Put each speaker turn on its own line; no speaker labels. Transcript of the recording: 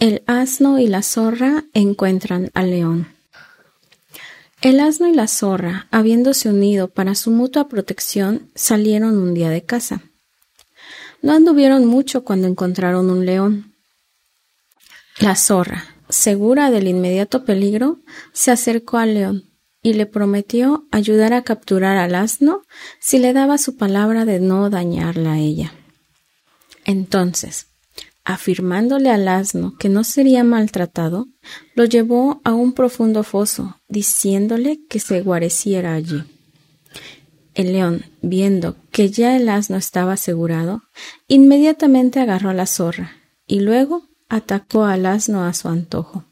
El asno y la zorra encuentran al león. El asno y la zorra, habiéndose unido para su mutua protección, salieron un día de caza. No anduvieron mucho cuando encontraron un león. La zorra, segura del inmediato peligro, se acercó al león y le prometió ayudar a capturar al asno si le daba su palabra de no dañarla a ella. Entonces, afirmándole al asno que no sería maltratado, lo llevó a un profundo foso, diciéndole que se guareciera allí. El león, viendo que ya el asno estaba asegurado, inmediatamente agarró a la zorra y luego atacó al asno a su antojo.